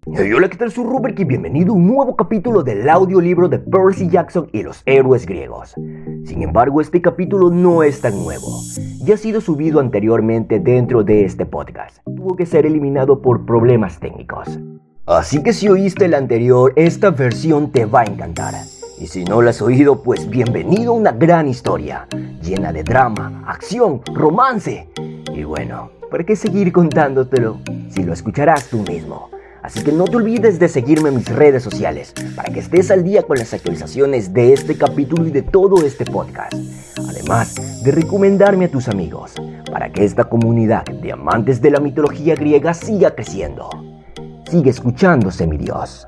Hey, hola, ¿qué tal? Soy Robert y bienvenido a un nuevo capítulo del audiolibro de Percy Jackson y los héroes griegos. Sin embargo, este capítulo no es tan nuevo. Ya ha sido subido anteriormente dentro de este podcast. Tuvo que ser eliminado por problemas técnicos. Así que si oíste el anterior, esta versión te va a encantar. Y si no la has oído, pues bienvenido a una gran historia, llena de drama, acción, romance. Y bueno, ¿para qué seguir contándotelo si lo escucharás tú mismo? Así que no te olvides de seguirme en mis redes sociales para que estés al día con las actualizaciones de este capítulo y de todo este podcast. Además de recomendarme a tus amigos para que esta comunidad de amantes de la mitología griega siga creciendo. Sigue escuchando, semidios.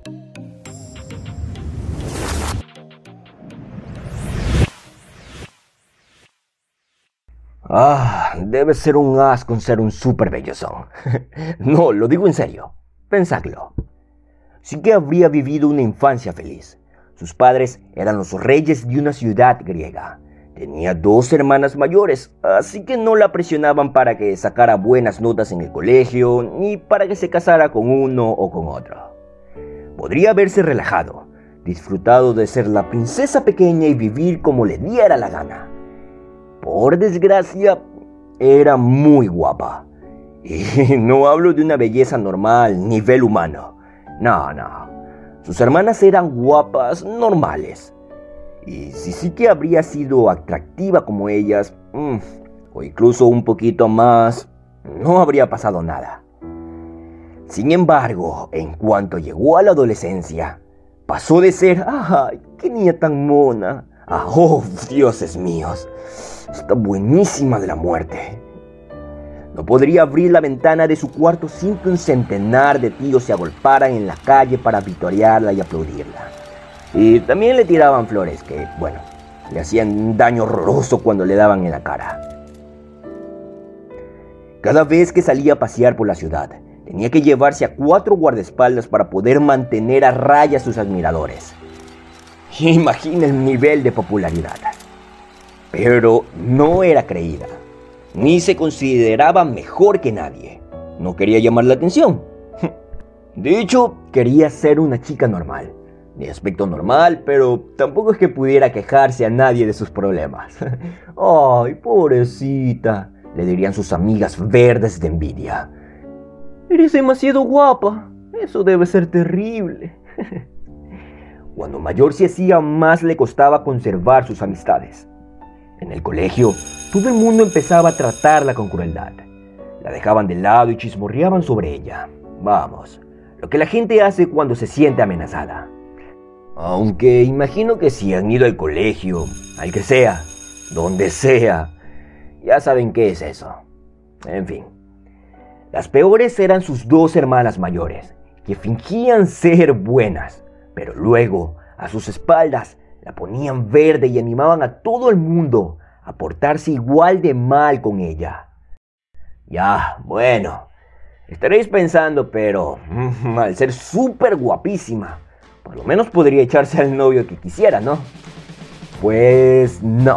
Debe ser un as con ser un super bellezón. No, lo digo en serio. Pensadlo. Sí que habría vivido una infancia feliz. Sus padres eran los reyes de una ciudad griega. Tenía 2 hermanas mayores, así que no la presionaban para que sacara buenas notas en el colegio, ni para que se casara con uno o con otro. Podría haberse relajado, disfrutado de ser la princesa pequeña y vivir como le diera la gana. Por desgracia, era muy guapa. Y no hablo de una belleza normal, nivel humano. No. Sus hermanas eran guapas normales. Y si sí que habría sido atractiva como ellas, o incluso un poquito más, no habría pasado nada. Sin embargo, en cuanto llegó a la adolescencia, pasó de ser, ¡ay, qué niña tan mona!, a, ¡oh, dioses míos! Está buenísima de la muerte. No podría abrir la ventana de su cuarto sin que un centenar de tíos se agolparan en la calle para victoriarla y aplaudirla. Y también le tiraban flores que, bueno, le hacían un daño horroroso cuando le daban en la cara. Cada vez que salía a pasear por la ciudad, tenía que llevarse a 4 guardaespaldas para poder mantener a raya a sus admiradores. Imagina el nivel de popularidad. Pero no era creída. Ni se consideraba mejor que nadie. No quería llamar la atención. De hecho, quería ser una chica normal. De aspecto normal, pero tampoco es que pudiera quejarse a nadie de sus problemas. ¡Ay, pobrecita!, le dirían sus amigas verdes de envidia. Eres demasiado guapa. Eso debe ser terrible. Cuando mayor se hacía, más le costaba conservar sus amistades. En el colegio, todo el mundo empezaba a tratarla con crueldad. La dejaban de lado y chismorreaban sobre ella. Vamos, lo que la gente hace cuando se siente amenazada. Aunque imagino que si han ido al colegio, al que sea, donde sea, ya saben qué es eso. En fin, las peores eran sus 2 hermanas mayores, que fingían ser buenas, pero luego, a sus espaldas, la ponían verde y animaban a todo el mundo a portarse igual de mal con ella. Ya, bueno, estaréis pensando, pero al ser súper guapísima, por lo menos podría echarse al novio que quisiera, ¿no? Pues no.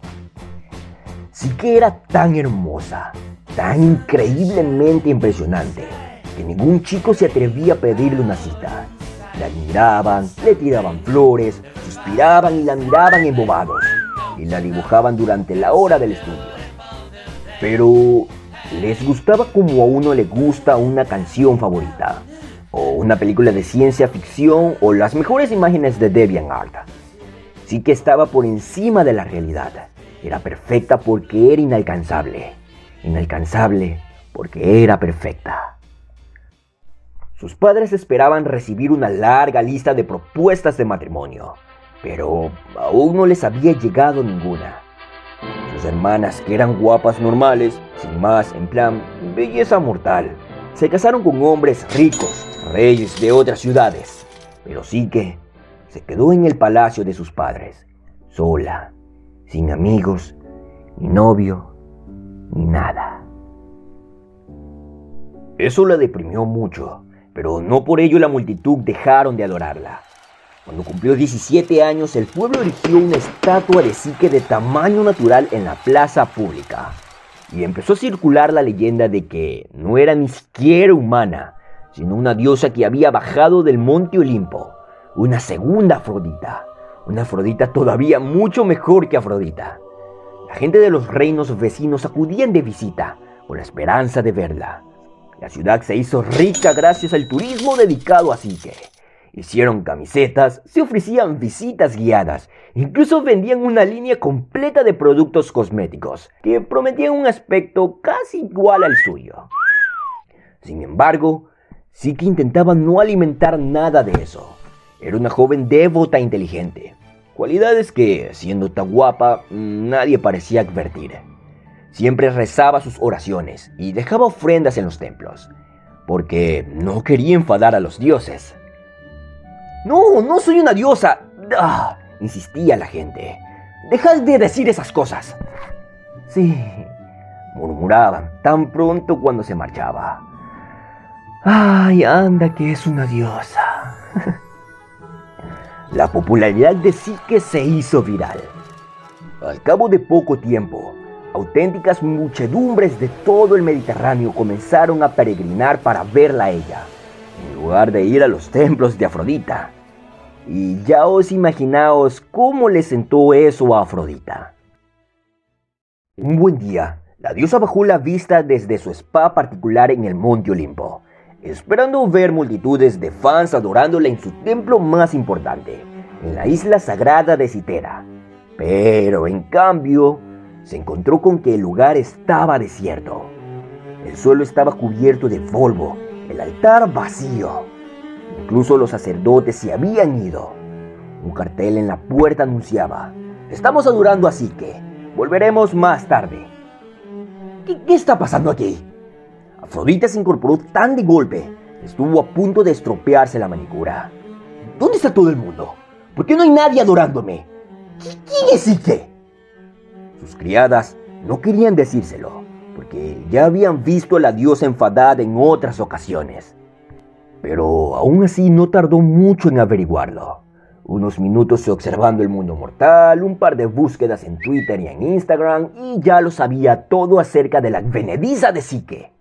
Sí que era tan hermosa, tan increíblemente impresionante, que ningún chico se atrevía a pedirle una cita. La admiraban, le tiraban flores, suspiraban y la miraban embobados, y la dibujaban durante la hora del estudio. Pero les gustaba como a uno le gusta una canción favorita, o una película de ciencia ficción, o las mejores imágenes de DeviantArt. Sí que estaba por encima de la realidad. Era perfecta porque era inalcanzable. Inalcanzable porque era perfecta. Sus padres esperaban recibir una larga lista de propuestas de matrimonio, pero aún no les había llegado ninguna. Sus hermanas, que eran guapas normales, sin más, en plan belleza mortal, se casaron con hombres ricos, reyes de otras ciudades, pero sí que se quedó en el palacio de sus padres, sola, sin amigos, ni novio, ni nada. Eso la deprimió mucho. Pero no por ello la multitud dejaron de adorarla. Cuando cumplió 17 años, el pueblo erigió una estatua de Psique de tamaño natural en la plaza pública. Y empezó a circular la leyenda de que no era ni siquiera humana, sino una diosa que había bajado del monte Olimpo, una segunda Afrodita, una Afrodita todavía mucho mejor que Afrodita. La gente de los reinos vecinos acudían de visita con la esperanza de verla. La ciudad se hizo rica gracias al turismo dedicado a Psique. Hicieron camisetas, se ofrecían visitas guiadas, incluso vendían una línea completa de productos cosméticos que prometían un aspecto casi igual al suyo. Sin embargo, Psique intentaba no alimentar nada de eso. Era una joven devota e inteligente, cualidades que, siendo tan guapa, nadie parecía advertir. Siempre rezaba sus oraciones y dejaba ofrendas en los templos, porque no quería enfadar a los dioses. «No, no soy una diosa», insistía la gente. «Dejad de decir esas cosas». «Sí», murmuraban tan pronto cuando se marchaba. «Ay, anda que es una diosa». La popularidad de Psique se hizo viral. Al cabo de poco tiempo, auténticas muchedumbres de todo el Mediterráneo comenzaron a peregrinar para verla a ella, en lugar de ir a los templos de Afrodita. Y ya os imaginaos cómo le sentó eso a Afrodita. Un buen día, la diosa bajó la vista desde su spa particular en el monte Olimpo, esperando ver multitudes de fans adorándola en su templo más importante, en la isla sagrada de Citera. Pero en cambio, se encontró con que el lugar estaba desierto. El suelo estaba cubierto de polvo, el altar vacío. Incluso los sacerdotes se habían ido. Un cartel en la puerta anunciaba: «Estamos adorando a Psique. Volveremos más tarde». ¿Qué está pasando aquí? Afrodita se incorporó tan de golpe, estuvo a punto de estropearse la manicura. ¿Dónde está todo el mundo? ¿Por qué no hay nadie adorándome? ¿Quién es Psique? Sus criadas no querían decírselo, porque ya habían visto a la diosa enfadada en otras ocasiones. Pero aún así no tardó mucho en averiguarlo. Unos minutos observando el mundo mortal, un par de búsquedas en Twitter y en Instagram, y ya lo sabía todo acerca de la advenediza de Psique.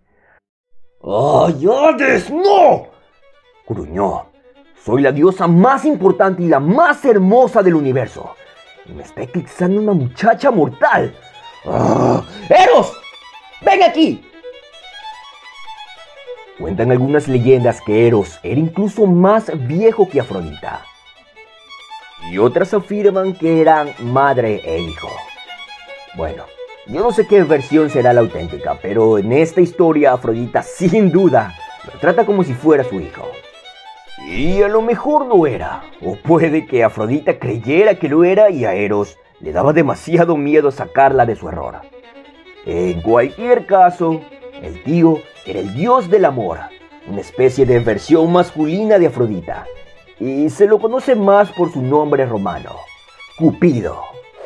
¡Ay, Hades, no!, gruñó. «Soy la diosa más importante y la más hermosa del universo, y me está eclipsando una muchacha mortal. ¡Eros! ¡Ven aquí!». Cuentan algunas leyendas que Eros era incluso más viejo que Afrodita, y otras afirman que eran madre e hijo. Bueno, yo no sé qué versión será la auténtica, pero en esta historia Afrodita sin duda lo trata como si fuera su hijo. Y a lo mejor no era, o puede que Afrodita creyera que lo era y a Eros le daba demasiado miedo sacarla de su error. En cualquier caso, el tío era el dios del amor, una especie de versión masculina de Afrodita, y se lo conoce más por su nombre romano, Cupido.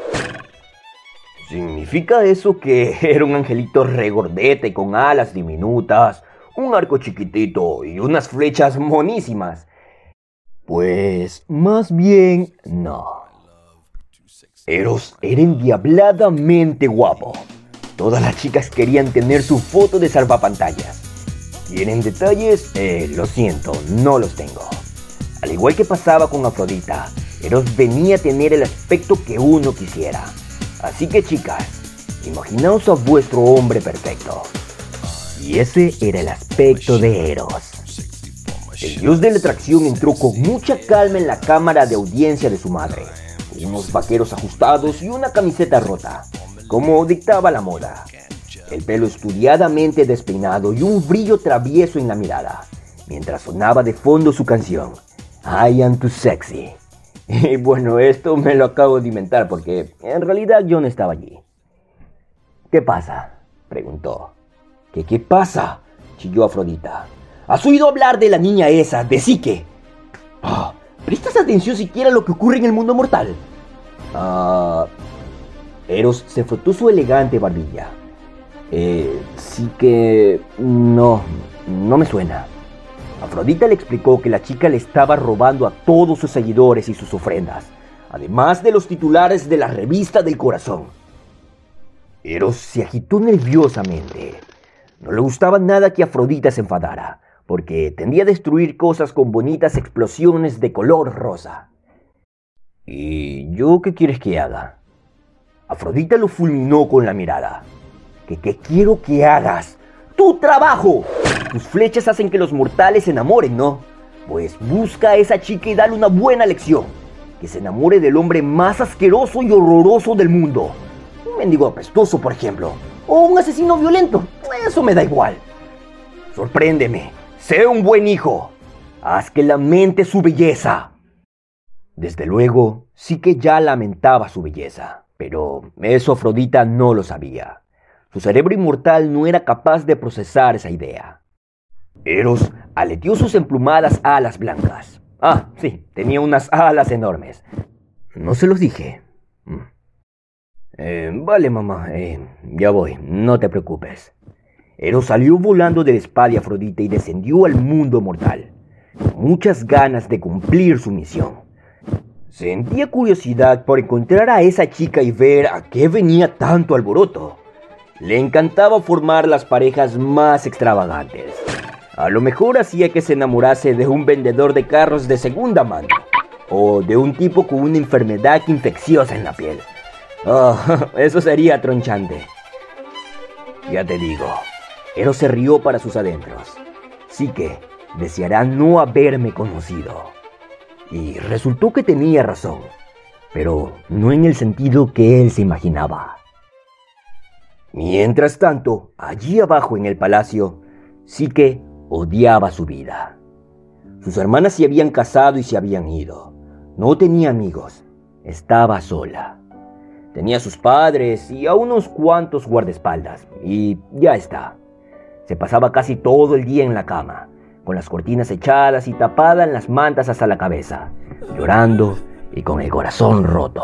¿Significa eso que era un angelito regordete con alas diminutas, un arco chiquitito y unas flechas monísimas? Pues más bien no. Eros era endiabladamente guapo. Todas las chicas querían tener su foto de salvapantallas. ¿Quieren detalles? Lo siento, no los tengo. Al igual que pasaba con Afrodita, Eros venía a tener el aspecto que uno quisiera. Así que chicas, imaginaos a vuestro hombre perfecto. Y ese era el aspecto de Eros. El dios de la atracción entró con mucha calma en la cámara de audiencia de su madre, con unos vaqueros ajustados y una camiseta rota, como dictaba la moda. El pelo estudiadamente despeinado y un brillo travieso en la mirada, mientras sonaba de fondo su canción, I Am Too Sexy. Y bueno, esto me lo acabo de inventar porque en realidad yo no estaba allí. ¿Qué pasa?, preguntó. ¿Qué pasa?, chilló Afrodita. ¿Has oído hablar de la niña esa, de Psique? ¿Prestas atención siquiera a lo que ocurre en el mundo mortal? Eros se frotó su elegante barbilla. Psique... no me suena. Afrodita le explicó que la chica le estaba robando a todos sus seguidores y sus ofrendas, además de los titulares de la revista del corazón. Eros se agitó nerviosamente. No le gustaba nada que Afrodita se enfadara, porque tendía a destruir cosas con bonitas explosiones de color rosa. ¿Y yo qué quieres que haga? Afrodita lo fulminó con la mirada. ¿Qué quiero que hagas? ¡Tu trabajo! Tus flechas hacen que los mortales se enamoren, ¿no? Pues busca a esa chica y dale una buena lección. Que se enamore del hombre más asqueroso y horroroso del mundo. Un mendigo apestoso, por ejemplo. O un asesino violento. Eso me da igual. Sorpréndeme. Sé un buen hijo. Haz que lamente su belleza. Desde luego, sí que ya lamentaba su belleza. Pero eso Afrodita no lo sabía. Su cerebro inmortal no era capaz de procesar esa idea. Eros aleteó sus emplumadas alas blancas. Ah, sí, tenía unas alas enormes. No se los dije. Vale, mamá, ya voy, no te preocupes. Eros salió volando de la espada de Afrodita y descendió al mundo mortal, con muchas ganas de cumplir su misión. Sentía curiosidad por encontrar a esa chica y ver a qué venía tanto alboroto. Le encantaba formar las parejas más extravagantes. A lo mejor hacía que se enamorase de un vendedor de carros de segunda mano, o de un tipo con una enfermedad infecciosa en la piel. Oh, eso sería tronchante. Ya te digo, Eros se rió para sus adentros. Sí que deseará no haberme conocido. Y resultó que tenía razón, pero no en el sentido que él se imaginaba. Mientras tanto, allí abajo en el palacio, Psique odiaba su vida. Sus hermanas se habían casado y se habían ido. No tenía amigos, estaba sola. Tenía a sus padres y a unos cuantos guardaespaldas, y ya está. Se pasaba casi todo el día en la cama, con las cortinas echadas y tapada en las mantas hasta la cabeza, llorando y con el corazón roto.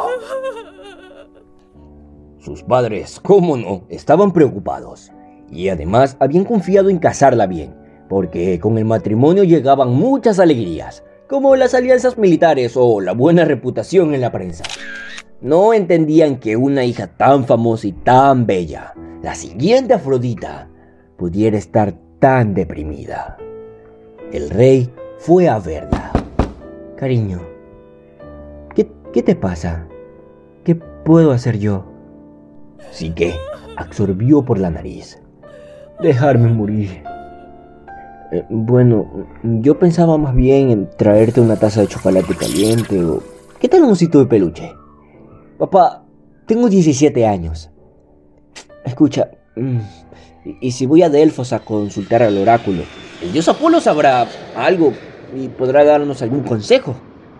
Sus padres, cómo no, estaban preocupados, y además habían confiado en casarla bien, porque con el matrimonio llegaban muchas alegrías, como las alianzas militares o la buena reputación en la prensa. No entendían que una hija tan famosa y tan bella, la siguiente Afrodita, pudiera estar tan deprimida. El rey fue a verla. Cariño, ¿qué te pasa? ¿Qué puedo hacer yo? Psique absorbió por la nariz. Dejarme morir. Bueno, yo pensaba más bien en traerte una taza de chocolate caliente o... ¿Qué tal un osito de peluche? Papá, tengo 17 años. Escucha, ¿y si voy a Delfos a consultar al oráculo? El dios Apolo sabrá algo y podrá darnos algún consejo.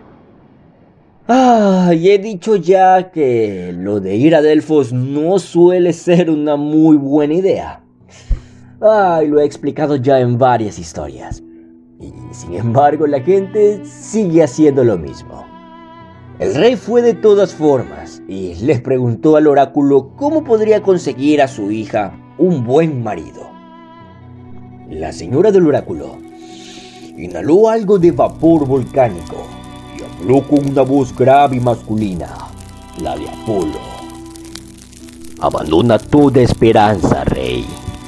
Y he dicho ya que lo de ir a Delfos no suele ser una muy buena idea. Y lo he explicado ya en varias historias. Y sin embargo la gente sigue haciendo lo mismo. El rey fue de todas formas y les preguntó al oráculo cómo podría conseguir a su hija un buen marido. La señora del oráculo inhaló algo de vapor volcánico y habló con una voz grave y masculina, la de Apolo. Abandona toda esperanza, rey.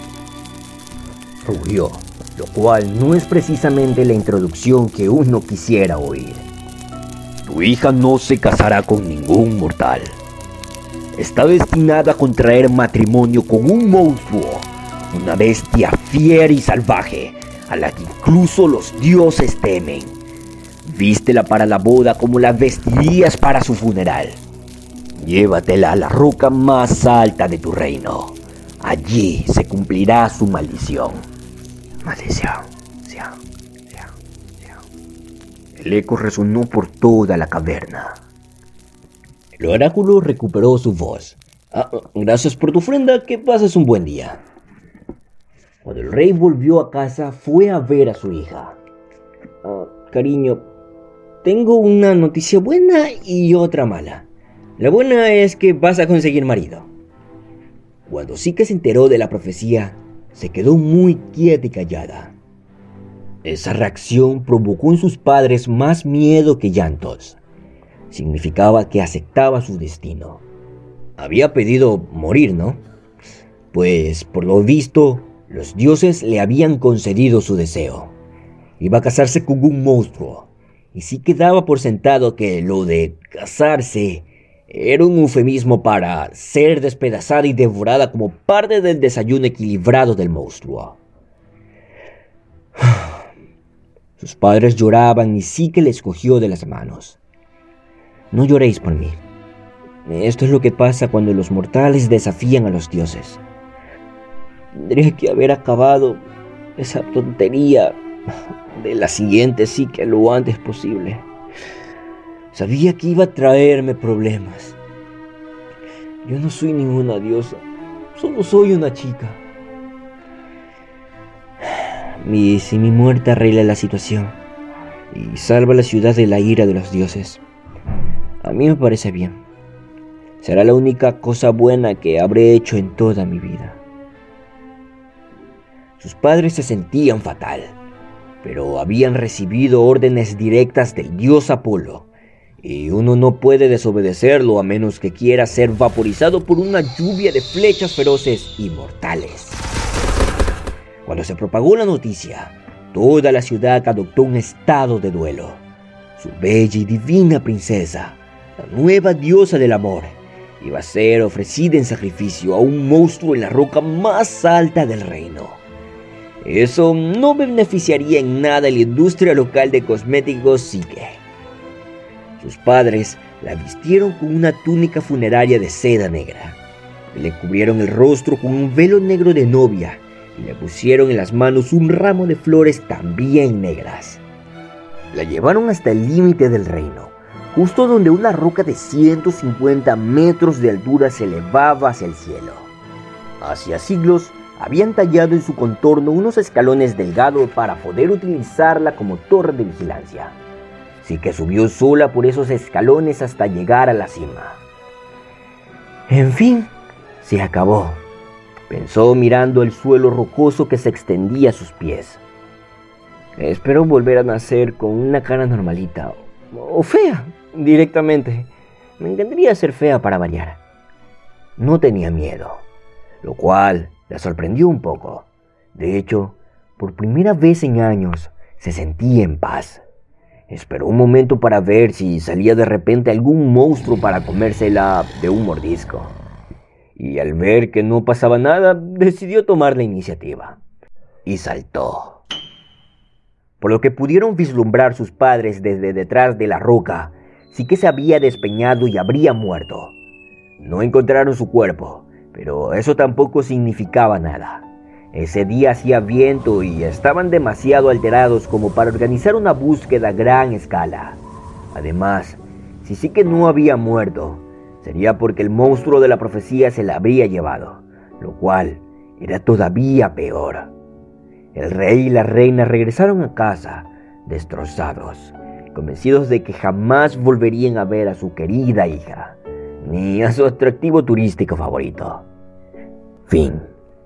Rugió, lo cual no es precisamente la introducción que uno quisiera oír. Tu hija no se casará con ningún mortal. Está destinada a contraer matrimonio con un monstruo, una bestia fiera y salvaje, a la que incluso los dioses temen. Vístela para la boda como la vestirías para su funeral. Llévatela a la roca más alta de tu reino. Allí se cumplirá su maldición. Maldición. El eco resonó por toda la caverna. El oráculo recuperó su voz. Gracias por tu ofrenda, que pases un buen día. Cuando el rey volvió a casa, fue a ver a su hija. Cariño, tengo una noticia buena y otra mala. La buena es que vas a conseguir marido. Cuando Psique se enteró de la profecía, se quedó muy quieta y callada. Esa reacción provocó en sus padres más miedo que llantos. Significaba que aceptaba su destino. Había pedido morir, ¿no? Pues, por lo visto, los dioses le habían concedido su deseo. Iba a casarse con un monstruo, y sí quedaba por sentado que lo de casarse era un eufemismo para ser despedazada y devorada como parte del desayuno equilibrado del monstruo. Sus padres lloraban y sí que les cogió de las manos. No lloréis por mí. Esto es lo que pasa cuando los mortales desafían a los dioses. Tendría que haber acabado esa tontería de la siguiente psique lo antes posible. Sabía que iba a traerme problemas. Yo no soy ninguna diosa, solo soy una chica. Si mi muerte arregla la situación y salva la ciudad de la ira de los dioses, a mí me parece bien. Será la única cosa buena que habré hecho en toda mi vida. Sus padres se sentían fatal, pero habían recibido órdenes directas del dios Apolo, y uno no puede desobedecerlo a menos que quiera ser vaporizado por una lluvia de flechas feroces y mortales. Cuando se propagó la noticia, toda la ciudad adoptó un estado de duelo. Su bella y divina princesa, la nueva diosa del amor, iba a ser ofrecida en sacrificio a un monstruo en la roca más alta del reino. Eso no beneficiaría en nada a la industria local de cosméticos Psyche. Sus padres la vistieron con una túnica funeraria de seda negra, y le cubrieron el rostro con un velo negro de novia y le pusieron en las manos un ramo de flores también negras. La llevaron hasta el límite del reino, justo donde una roca de 150 metros de altura se elevaba hacia el cielo. Hacía siglos habían tallado en su contorno unos escalones delgados para poder utilizarla como torre de vigilancia. Así que subió sola por esos escalones hasta llegar a la cima. En fin, se acabó, pensó mirando el suelo rocoso que se extendía a sus pies. Espero volver a nacer con una cara normalita, o fea, directamente. Me encantaría ser fea para variar. No tenía miedo, lo cual la sorprendió un poco. De hecho, por primera vez en años, se sentía en paz. Esperó un momento para ver si salía de repente algún monstruo para comérsela de un mordisco. Y al ver que no pasaba nada, decidió tomar la iniciativa. Y saltó. Por lo que pudieron vislumbrar sus padres desde detrás de la roca, sí que se había despeñado y habría muerto. No encontraron su cuerpo, pero eso tampoco significaba nada. Ese día hacía viento y estaban demasiado alterados como para organizar una búsqueda a gran escala. Además, si sí que no había muerto, sería porque el monstruo de la profecía se la habría llevado, lo cual era todavía peor. El rey y la reina regresaron a casa, destrozados, convencidos de que jamás volverían a ver a su querida hija, ni a su atractivo turístico favorito. Fin.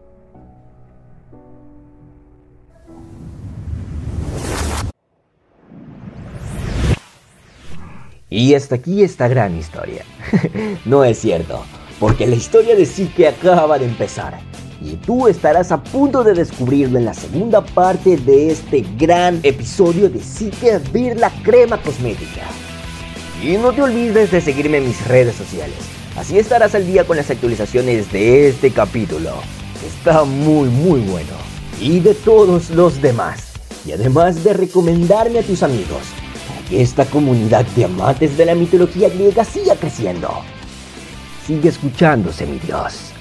Y hasta aquí esta gran historia. No es cierto, porque la historia de Psyche acaba de empezar. Y tú estarás a punto de descubrirlo en la segunda parte de este gran episodio de Psyche Vir la crema cosmética. Y no te olvides de seguirme en mis redes sociales. Así estarás al día con las actualizaciones de este capítulo. Está muy bueno. Y de todos los demás. Y además de recomendarme a tus amigos, para que esta comunidad de amantes de la mitología griega siga creciendo. Sigue escuchándose, mi Dios.